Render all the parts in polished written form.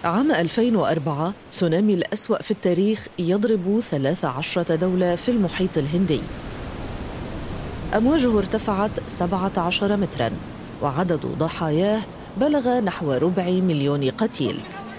عام 2004 تسونامي الأسوأ في التاريخ يضرب 13 دولة في المحيط الهندي. أمواجه ارتفعت 17 متراً وعدد ضحاياه بلغ نحو 250,000 قتيل.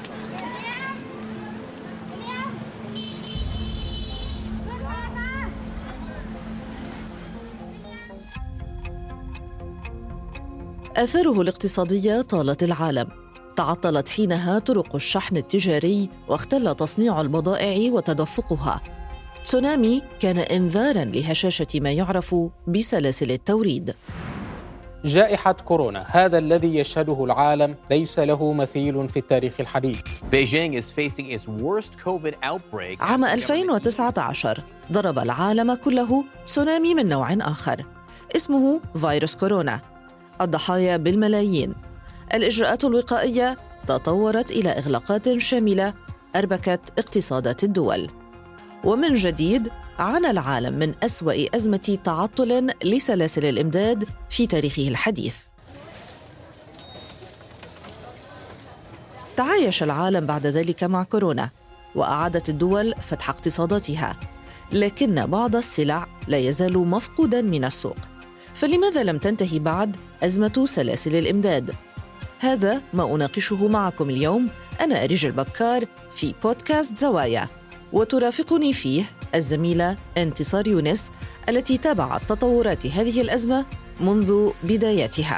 آثاره الاقتصادية طالت العالم. تعطلت حينها طرق الشحن التجاري واختل تصنيع البضائع وتدفقها. تسونامي كان إنذاراً لهشاشة ما يعرف بسلاسل التوريد. جائحة كورونا، هذا الذي يشهده العالم ليس له مثيل في التاريخ الحديث. عام 2019 ضرب العالم كله تسونامي من نوع آخر اسمه فيروس كورونا. الضحايا بالملايين. الإجراءات الوقائية تطورت إلى إغلاقات شاملة أربكت اقتصادات الدول. ومن جديد عانى العالم من أسوأ أزمة تعطل لسلاسل الإمداد في تاريخه الحديث. تعايش العالم بعد ذلك مع كورونا وأعادت الدول فتح اقتصاداتها، لكن بعض السلع لا يزال مفقوداً من السوق. فلماذا لم تنتهي بعد أزمة سلاسل الإمداد؟ هذا ما أناقشه معكم اليوم أنا أريج البكار في بودكاست زوايا، وترافقني فيه الزميلة انتصار يونس التي تابعت تطورات هذه الأزمة منذ بداياتها.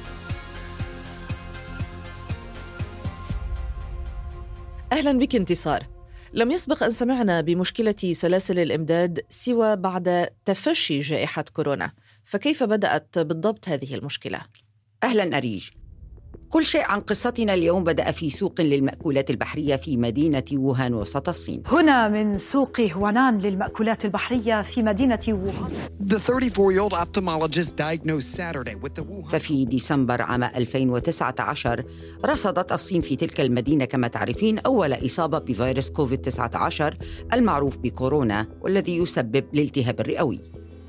أهلاً بك انتصار. لم يسبق أن سمعنا بمشكلة سلاسل الإمداد سوى بعد تفشي جائحة كورونا، فكيف بدأت بالضبط هذه المشكلة؟ أهلاً أريج. كل شيء عن قصتنا اليوم بدأ في سوق للمأكولات البحرية في مدينة ووهان وسط الصين. هنا من سوق هوانان للمأكولات البحرية في مدينة ووهان. ففي ديسمبر عام 2019 رصدت الصين في تلك المدينة كما تعرفين أول إصابة بفيروس كوفيد-19 المعروف بكورونا والذي يسبب الالتهاب الرئوي.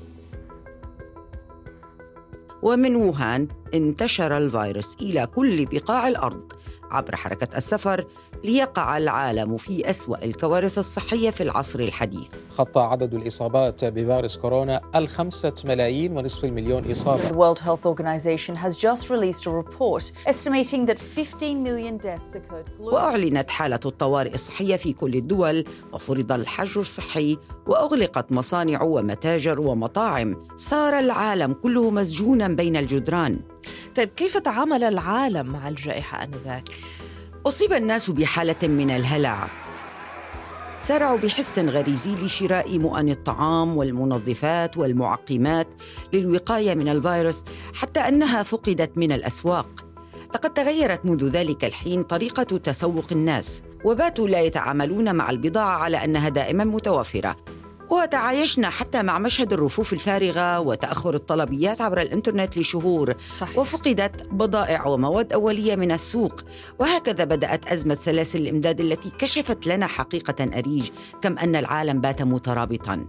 ومن ووهان انتشر الفيروس إلى كل بقاع الأرض عبر حركة السفر ليقع العالم في أسوأ الكوارث الصحية في العصر الحديث. خطى عدد الإصابات بفيروس كورونا 5,500,000 إصابة. The World Health Organization has just released a report estimating that 15 million deaths occurred globally. وأعلنت حالة الطوارئ الصحية في كل الدول، وفرض الحجر الصحي، وأغلقت مصانع ومتاجر ومطاعم. صار العالم كله مسجونا بين الجدران. طيب كيف تعامل العالم مع الجائحة آنذاك؟ أصيب الناس بحالة من الهلع، سارعوا بحس غريزي لشراء مؤن الطعام والمنظفات والمعقمات للوقاية من الفيروس حتى أنها فقدت من الأسواق. لقد تغيرت منذ ذلك الحين طريقة تسوق الناس، وباتوا لا يتعاملون مع البضاعة على أنها دائما متوفرة، وتعايشنا حتى مع مشهد الرفوف الفارغة وتأخر الطلبيات عبر الإنترنت لشهور. صحيح. وفقدت بضائع ومواد أولية من السوق. وهكذا بدأت أزمة سلاسل الإمداد التي كشفت لنا حقيقة أريج كم أن العالم بات مترابطاً.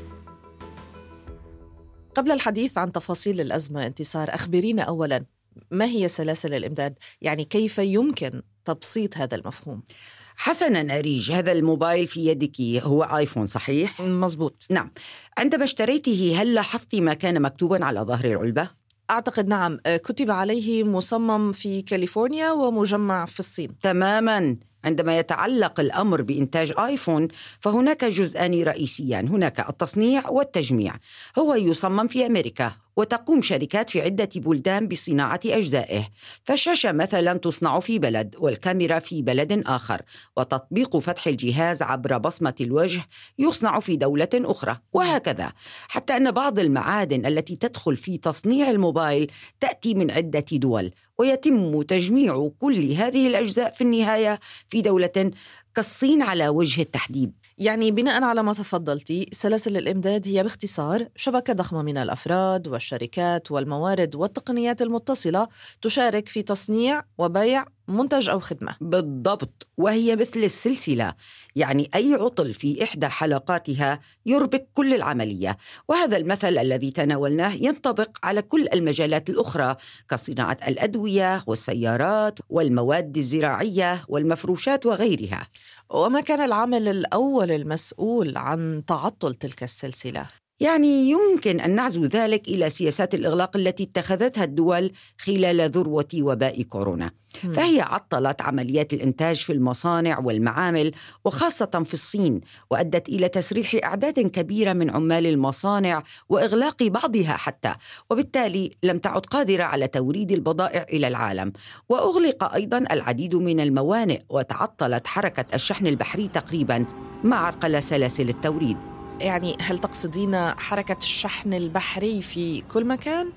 قبل الحديث عن تفاصيل الأزمة انتصار، أخبرينا أولاً ما هي سلاسل الإمداد؟ يعني كيف يمكن تبسيط هذا المفهوم؟ حسناً أريج، هذا الموبايل في يدك هو آيفون صحيح؟ مزبوط. نعم. عندما اشتريته هل لاحظت ما كان مكتوباً على ظهر العلبة؟ أعتقد نعم، كتب عليه مصمم في كاليفورنيا ومجمع في الصين. تماماً. عندما يتعلق الأمر بإنتاج آيفون فهناك جزءان رئيسيان، هناك التصنيع والتجميع. هو يصمم في أمريكا وتقوم شركات في عدة بلدان بصناعة أجزائه، فالشاشة مثلا تصنع في بلد والكاميرا في بلد آخر، وتطبيق فتح الجهاز عبر بصمة الوجه يصنع في دولة أخرى، وهكذا. حتى أن بعض المعادن التي تدخل في تصنيع الموبايل تأتي من عدة دول، ويتم تجميع كل هذه الأجزاء في النهاية في دولة كالصين على وجه التحديد. يعني بناء على ما تفضلتي، سلاسل الإمداد هي باختصار شبكة ضخمة من الأفراد والشركات والموارد والتقنيات المتصلة تشارك في تصنيع وبيع منتج أو خدمة. بالضبط، وهي مثل السلسلة، يعني أي عطل في إحدى حلقاتها يربك كل العملية. وهذا المثل الذي تناولناه ينطبق على كل المجالات الأخرى كصناعة الأدوية والسيارات والمواد الزراعية والمفروشات وغيرها. وما كان العامل الأول المسؤول عن تعطل تلك السلسلة؟ يعني يمكن أن نعزو ذلك إلى سياسات الإغلاق التي اتخذتها الدول خلال ذروة وباء كورونا. فهي عطلت عمليات الإنتاج في المصانع والمعامل وخاصة في الصين، وأدت إلى تسريح أعداد كبيرة من عمال المصانع وإغلاق بعضها حتى، وبالتالي لم تعد قادرة على توريد البضائع إلى العالم. وأغلق أيضا العديد من الموانئ وتعطلت حركة الشحن البحري تقريبا مع عرقلة سلاسل التوريد. يعني هل تقصدين حركة الشحن البحري في كل مكان؟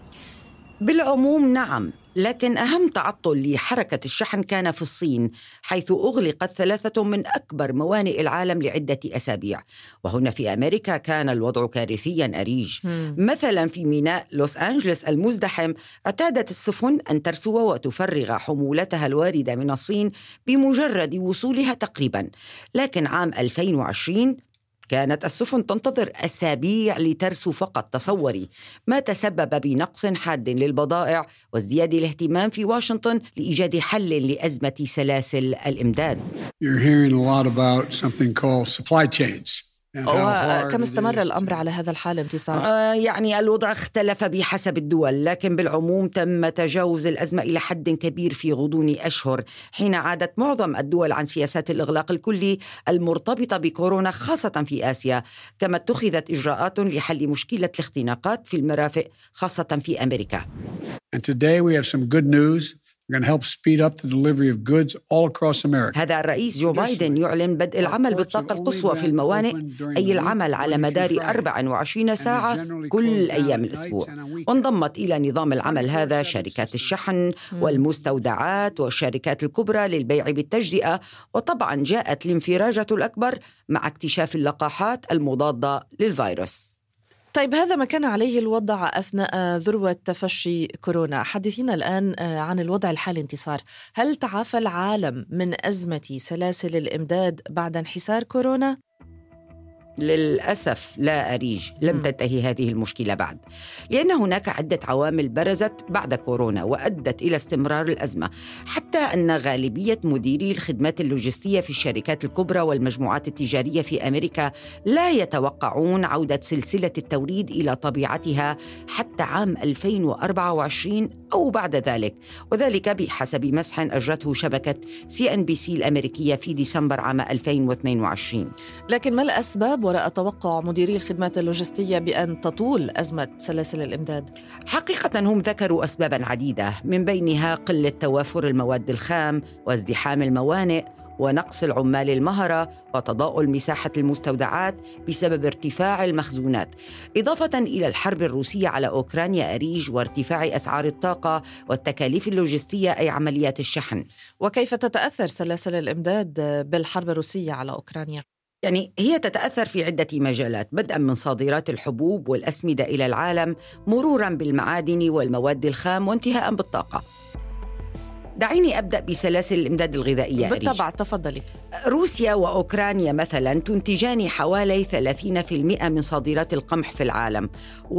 بالعموم نعم، لكن أهم تعطل لحركة الشحن كان في الصين، حيث أغلقت 3 من أكبر موانئ العالم لعدة أسابيع. وهنا في أمريكا كان الوضع كارثياً أريج. مثلاً في ميناء لوس أنجلس المزدحم اعتادت السفن أن ترسو وتفرغ حمولتها الواردة من الصين بمجرد وصولها تقريباً. لكن عام 2020 كانت السفن تنتظر أسابيع لترسو فقط. تصوري، ما تسبب بنقص حاد للبضائع وازدياد الاهتمام في واشنطن لإيجاد حل لأزمة سلاسل الإمداد. You're hearing a lot about something called supply chains. وكم استمر الأمر على هذا الحال انتصار؟ يعني الوضع اختلف بحسب الدول، لكن بالعموم تم تجاوز الأزمة إلى حد كبير في غضون أشهر، حين عادت معظم الدول عن سياسات الإغلاق الكلي المرتبطة بكورونا خاصة في آسيا. كما اتخذت إجراءات لحل مشكلة الاختناقات في المرافق خاصة في أمريكا. And today we have some good news. We're going to help speed up the delivery of goods all across America. هذا الرئيس جو بايدن يعلن بدء العمل بالطاقة القصوى في الموانئ، أي العمل على مدار 24 ساعة كل أيام الأسبوع. وانضمت إلى نظام العمل هذا شركات الشحن والمستودعات والشركات الكبرى للبيع بالتجزئة. وطبعا جاءت الانفراجة الأكبر مع اكتشاف اللقاحات المضادة للفيروس. طيب، هذا ما كان عليه الوضع أثناء ذروة تفشي كورونا. حدثينا الآن عن الوضع الحالي انتصار. هل تعافى العالم من أزمة سلاسل الإمداد بعد انحسار كورونا؟ للأسف لا أريج، لم تنتهي هذه المشكلة بعد، لأن هناك عدة عوامل برزت بعد كورونا وأدت إلى استمرار الأزمة، حتى أن غالبية مديري الخدمات اللوجستية في الشركات الكبرى والمجموعات التجارية في أمريكا لا يتوقعون عودة سلسلة التوريد إلى طبيعتها حتى عام 2024 أو بعد ذلك، وذلك بحسب مسح أجرته شبكة CNBC الأمريكية في ديسمبر عام 2022. لكن ما الأسباب وراء توقع مديري الخدمات اللوجستية بأن تطول أزمة سلاسل الإمداد؟ حقيقة هم ذكروا أسباباً عديدة، من بينها قلة توافر المواد الخام وازدحام الموانئ ونقص العمال المهرة وتضاؤل مساحة المستودعات بسبب ارتفاع المخزونات، إضافة إلى الحرب الروسية على أوكرانيا أريج وارتفاع أسعار الطاقة والتكاليف اللوجستية أي عمليات الشحن. وكيف تتأثر سلاسل الإمداد بالحرب الروسية على أوكرانيا؟ يعني هي تتأثر في عدة مجالات، بدءاً من صادرات الحبوب والأسمدة إلى العالم، مروراً بالمعادن والمواد الخام، وانتهاءً بالطاقة. دعيني أبدأ بسلاسل الإمداد الغذائية. بالطبع، تفضلي. روسيا وأوكرانيا مثلاً تنتجان حوالي 30% من صادرات القمح في العالم،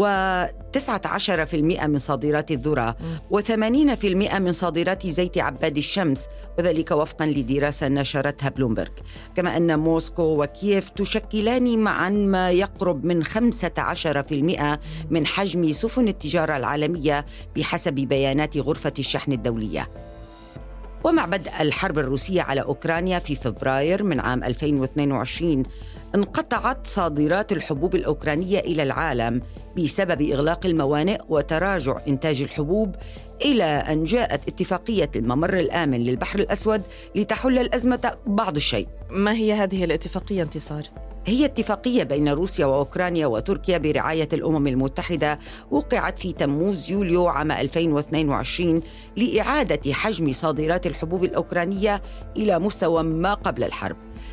و19% من صادرات الذرة، و80% من صادرات زيت عباد الشمس، وذلك وفقاً لدراسة نشرتها بلومبرج. كما أن موسكو وكييف تشكلان معاً ما يقرب من 15% من حجم سفن التجارة العالمية بحسب بيانات غرفة الشحن الدولية. ومع بدء الحرب الروسية على أوكرانيا في فبراير من عام 2022 انقطعت صادرات الحبوب الأوكرانية إلى العالم بسبب إغلاق الموانئ وتراجع إنتاج الحبوب، إلى أن جاءت اتفاقية الممر الآمن للبحر الأسود لتحل الأزمة بعض الشيء. ما هي هذه الاتفاقية انتصار؟ هي اتفاقية بين روسيا وأوكرانيا وتركيا برعاية الأمم المتحدة، وقعت في تموز يوليو عام 2022 لإعادة حجم صادرات الحبوب الأوكرانية إلى مستوى ما قبل الحرب.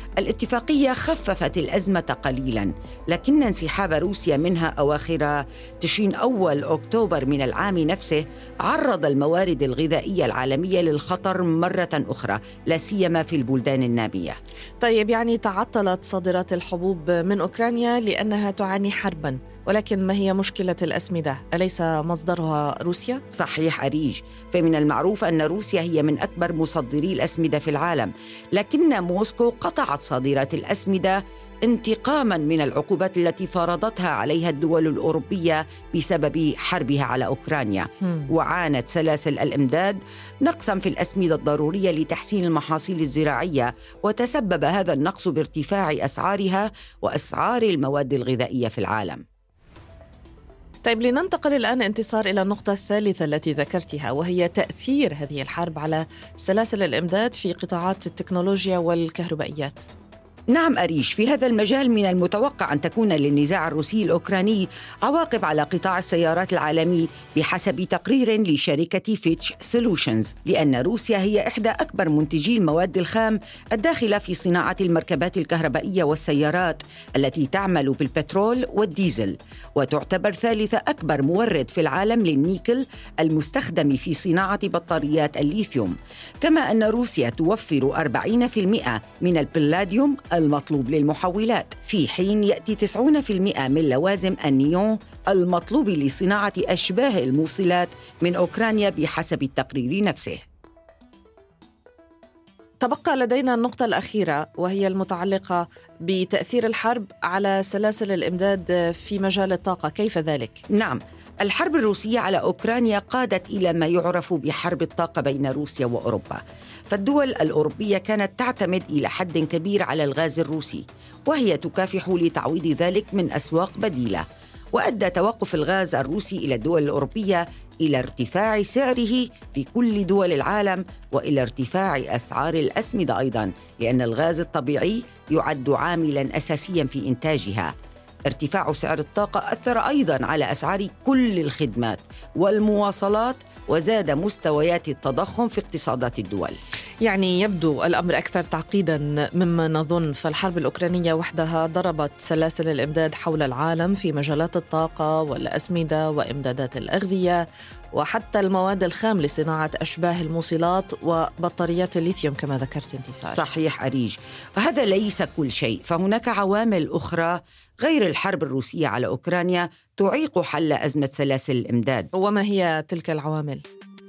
الاتفاقية خففت الأزمة قليلاً، لكن انسحاب روسيا منها أواخر تشرين أول أكتوبر من العام نفسه عرض الموارد الغذائية العالمية للخطر مرة أخرى، لا سيما في البلدان النامية. طيب، يعني تعطلت صادرات الحبوب من أوكرانيا لأنها تعاني حرباً، ولكن ما هي مشكلة الأسمدة؟ أليس مصدرها روسيا؟ صحيح أريج، فمن المعروف أن روسيا هي من أكبر مصدري الأسمدة في العالم، لكن موسكو قطعت صادرات الأسمدة انتقاماً من العقوبات التي فرضتها عليها الدول الأوروبية بسبب حربها على أوكرانيا. وعانت سلاسل الإمداد نقصاً في الأسمدة الضرورية لتحسين المحاصيل الزراعية، وتسبب هذا النقص بارتفاع أسعارها وأسعار المواد الغذائية في العالم. طيب، لننتقل الآن انتصار إلى النقطة الثالثة التي ذكرتها، وهي تأثير هذه الحرب على سلاسل الإمداد في قطاعات التكنولوجيا والكهربائيات. نعم أريش، في هذا المجال من المتوقع أن تكون للنزاع الروسي الأوكراني عواقب على قطاع السيارات العالمي بحسب تقرير لشركة فيتش سولوشنز، لأن روسيا هي إحدى أكبر منتجي المواد الخام الداخلة في صناعة المركبات الكهربائية والسيارات التي تعمل بالبترول والديزل، وتعتبر ثالث أكبر مورد في العالم للنيكل المستخدم في صناعة بطاريات الليثيوم، كما أن روسيا توفر 40% من البلاديوم المطلوب للمحولات، في حين يأتي 90% من لوازم النيون المطلوب لصناعة أشباه الموصلات من أوكرانيا بحسب التقرير نفسه. تبقى لدينا النقطة الأخيرة، وهي المتعلقة بتأثير الحرب على سلاسل الإمداد في مجال الطاقة. كيف ذلك؟ نعم، الحرب الروسية على أوكرانيا قادت إلى ما يعرف بحرب الطاقة بين روسيا وأوروبا، فالدول الأوروبية كانت تعتمد إلى حد كبير على الغاز الروسي، وهي تكافح لتعويض ذلك من أسواق بديلة، وأدى توقف الغاز الروسي إلى الدول الأوروبية إلى ارتفاع سعره في كل دول العالم، وإلى ارتفاع أسعار الأسمدة أيضاً، لأن الغاز الطبيعي يعد عاملاً أساسياً في إنتاجها. ارتفاع سعر الطاقة أثر أيضاً على أسعار كل الخدمات والمواصلات، وزاد مستويات التضخم في اقتصادات الدول. يعني يبدو الأمر أكثر تعقيداً مما نظن، فالحرب الأوكرانية وحدها ضربت سلاسل الإمداد حول العالم في مجالات الطاقة والأسمدة وإمدادات الأغذية وحتى المواد الخام لصناعة أشباه الموصلات وبطاريات الليثيوم كما ذكرت انتصار. صحيح أريج، وهذا ليس كل شيء، فهناك عوامل أخرى غير الحرب الروسية على أوكرانيا تعيق حل أزمة سلاسل الإمداد. وما هي تلك العوامل؟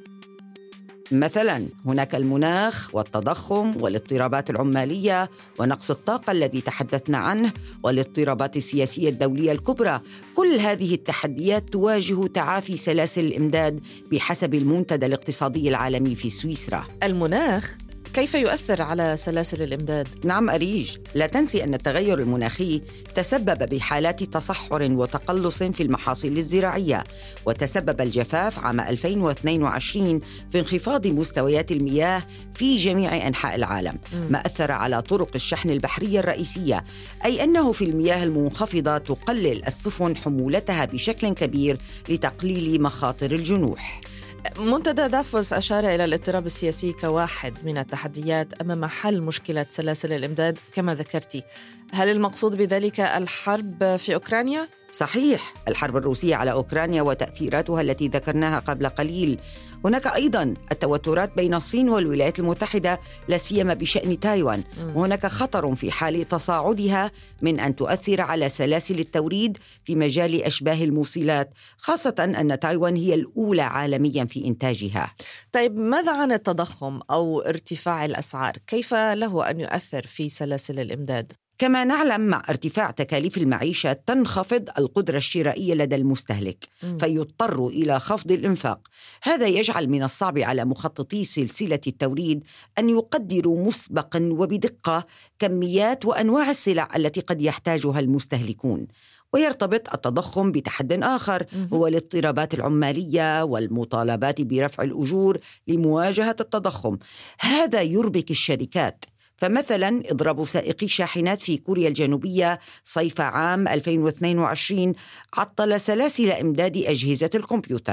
مثلاً هناك المناخ والتضخم والاضطرابات العمالية ونقص الطاقة الذي تحدثنا عنه والاضطرابات السياسية الدولية الكبرى. كل هذه التحديات تواجه تعافي سلاسل الإمداد بحسب المنتدى الاقتصادي العالمي في سويسرا. المناخ كيف يؤثر على سلاسل الإمداد؟ نعم أريج، لا تنسي أن التغير المناخي تسبب بحالات تصحر وتقلص في المحاصيل الزراعية، وتسبب الجفاف عام 2022 في انخفاض مستويات المياه في جميع أنحاء العالم، ما أثر على طرق الشحن البحرية الرئيسية، أي أنه في المياه المنخفضة تقلل السفن حمولتها بشكل كبير لتقليل مخاطر الجنوح. منتدى دافوس أشار إلى الاضطراب السياسي كواحد من التحديات أمام حل مشكلة سلاسل الإمداد كما ذكرتي. هل المقصود بذلك الحرب في أوكرانيا؟ صحيح، الحرب الروسية على أوكرانيا وتأثيراتها التي ذكرناها قبل قليل. هناك أيضاً التوترات بين الصين والولايات المتحدة، لا سيما بشأن تايوان، وهناك خطر في حال تصاعدها من أن تؤثر على سلاسل التوريد في مجال أشباه الموصلات، خاصة أن تايوان هي الأولى عالمياً في إنتاجها. طيب، ماذا عن التضخم أو ارتفاع الأسعار؟ كيف له أن يؤثر في سلاسل الإمداد؟ كما نعلم، مع ارتفاع تكاليف المعيشة تنخفض القدرة الشرائية لدى المستهلك، فيضطر إلى خفض الإنفاق. هذا يجعل من الصعب على مخططي سلسلة التوريد أن يقدروا مسبقاً وبدقة كميات وأنواع السلع التي قد يحتاجها المستهلكون. ويرتبط التضخم بتحد آخر، هو الاضطرابات العمالية والمطالبات برفع الأجور لمواجهة التضخم. هذا يربك الشركات، فمثلاً إضراب سائقي الشاحنات في كوريا الجنوبية صيف عام 2022 عطل سلاسل إمداد أجهزة الكمبيوتر.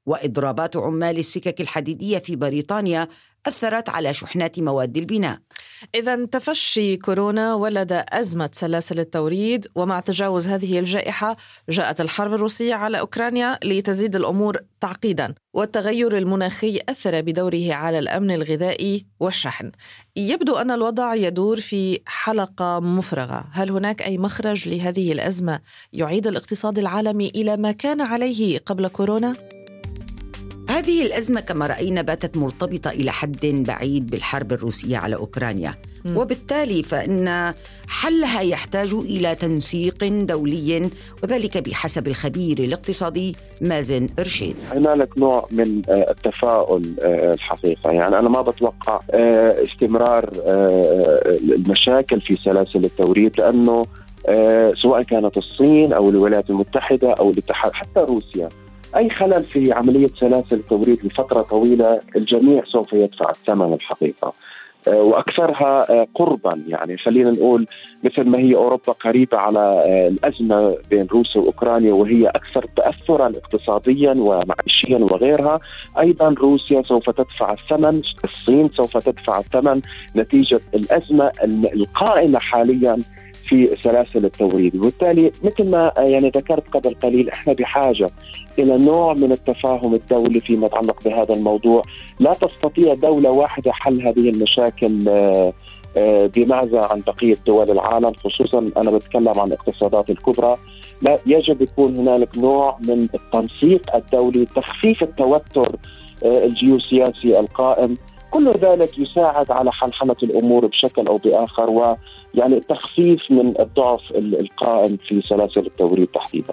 وإضرابات عمال السكك الحديدية في بريطانيا أثرت على شحنات مواد البناء. إذن تفشي كورونا ولد أزمة سلاسل التوريد، ومع تجاوز هذه الجائحة جاءت الحرب الروسية على أوكرانيا لتزيد الأمور تعقيدا، والتغير المناخي أثر بدوره على الأمن الغذائي والشحن. يبدو أن الوضع يدور في حلقة مفرغة. هل هناك أي مخرج لهذه الأزمة يعيد الاقتصاد العالمي إلى ما كان عليه قبل كورونا؟ هذه الأزمة كما رأينا باتت مرتبطة إلى حد بعيد بالحرب الروسية على أوكرانيا، وبالتالي فإن حلها يحتاج إلى تنسيق دولي، وذلك بحسب الخبير الاقتصادي مازن إرشيد. هنالك نوع من التفاؤل الحقيقة، يعني أنا ما بتوقع استمرار المشاكل في سلاسل التوريد، لأنه سواء كانت الصين أو الولايات المتحدة أو الاتحاد حتى روسيا، أي خلل في عملية سلاسل التوريد لفترة طويلة الجميع سوف يدفع الثمن الحقيقة، وأكثرها قربا. يعني خلينا نقول مثل ما هي أوروبا قريبة على الأزمة بين روسيا وأوكرانيا وهي أكثر تأثرا اقتصاديا ومعيشيا وغيرها، أيضا روسيا سوف تدفع الثمن، الصين سوف تدفع الثمن نتيجة الأزمة القائمة حاليا في سلاسل التوريد. وبالتالي مثل ما يعني ذكرت قبل قليل، احنا بحاجة إلى نوع من التفاهم الدولي فيما يتعلق بهذا الموضوع. لا تستطيع دولة واحدة حل هذه المشاكل بمعزة عن بقية دول العالم، خصوصا أنا بتكلم عن الاقتصادات الكبرى. لا، يجب يكون هنالك نوع من التنسيق الدولي، تخفيف التوتر الجيوسياسي القائم. كل ذلك يساعد على حلحلة الأمور بشكل أو بآخر، ويعني التخفيف من الضعف القائم في سلاسل التوريد تحديدا.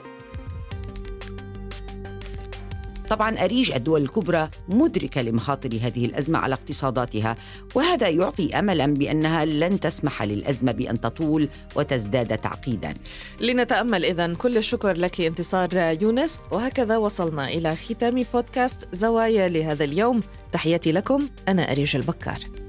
طبعا أريج الدول الكبرى مدركة لمخاطر هذه الأزمة على اقتصاداتها، وهذا يعطي أملا بأنها لن تسمح للأزمة بأن تطول وتزداد تعقيدا. لنتأمل إذن. كل الشكر لك انتصار يونس، وهكذا وصلنا إلى ختام بودكاست زوايا لهذا اليوم. تحياتي لكم، أنا أريج البكار.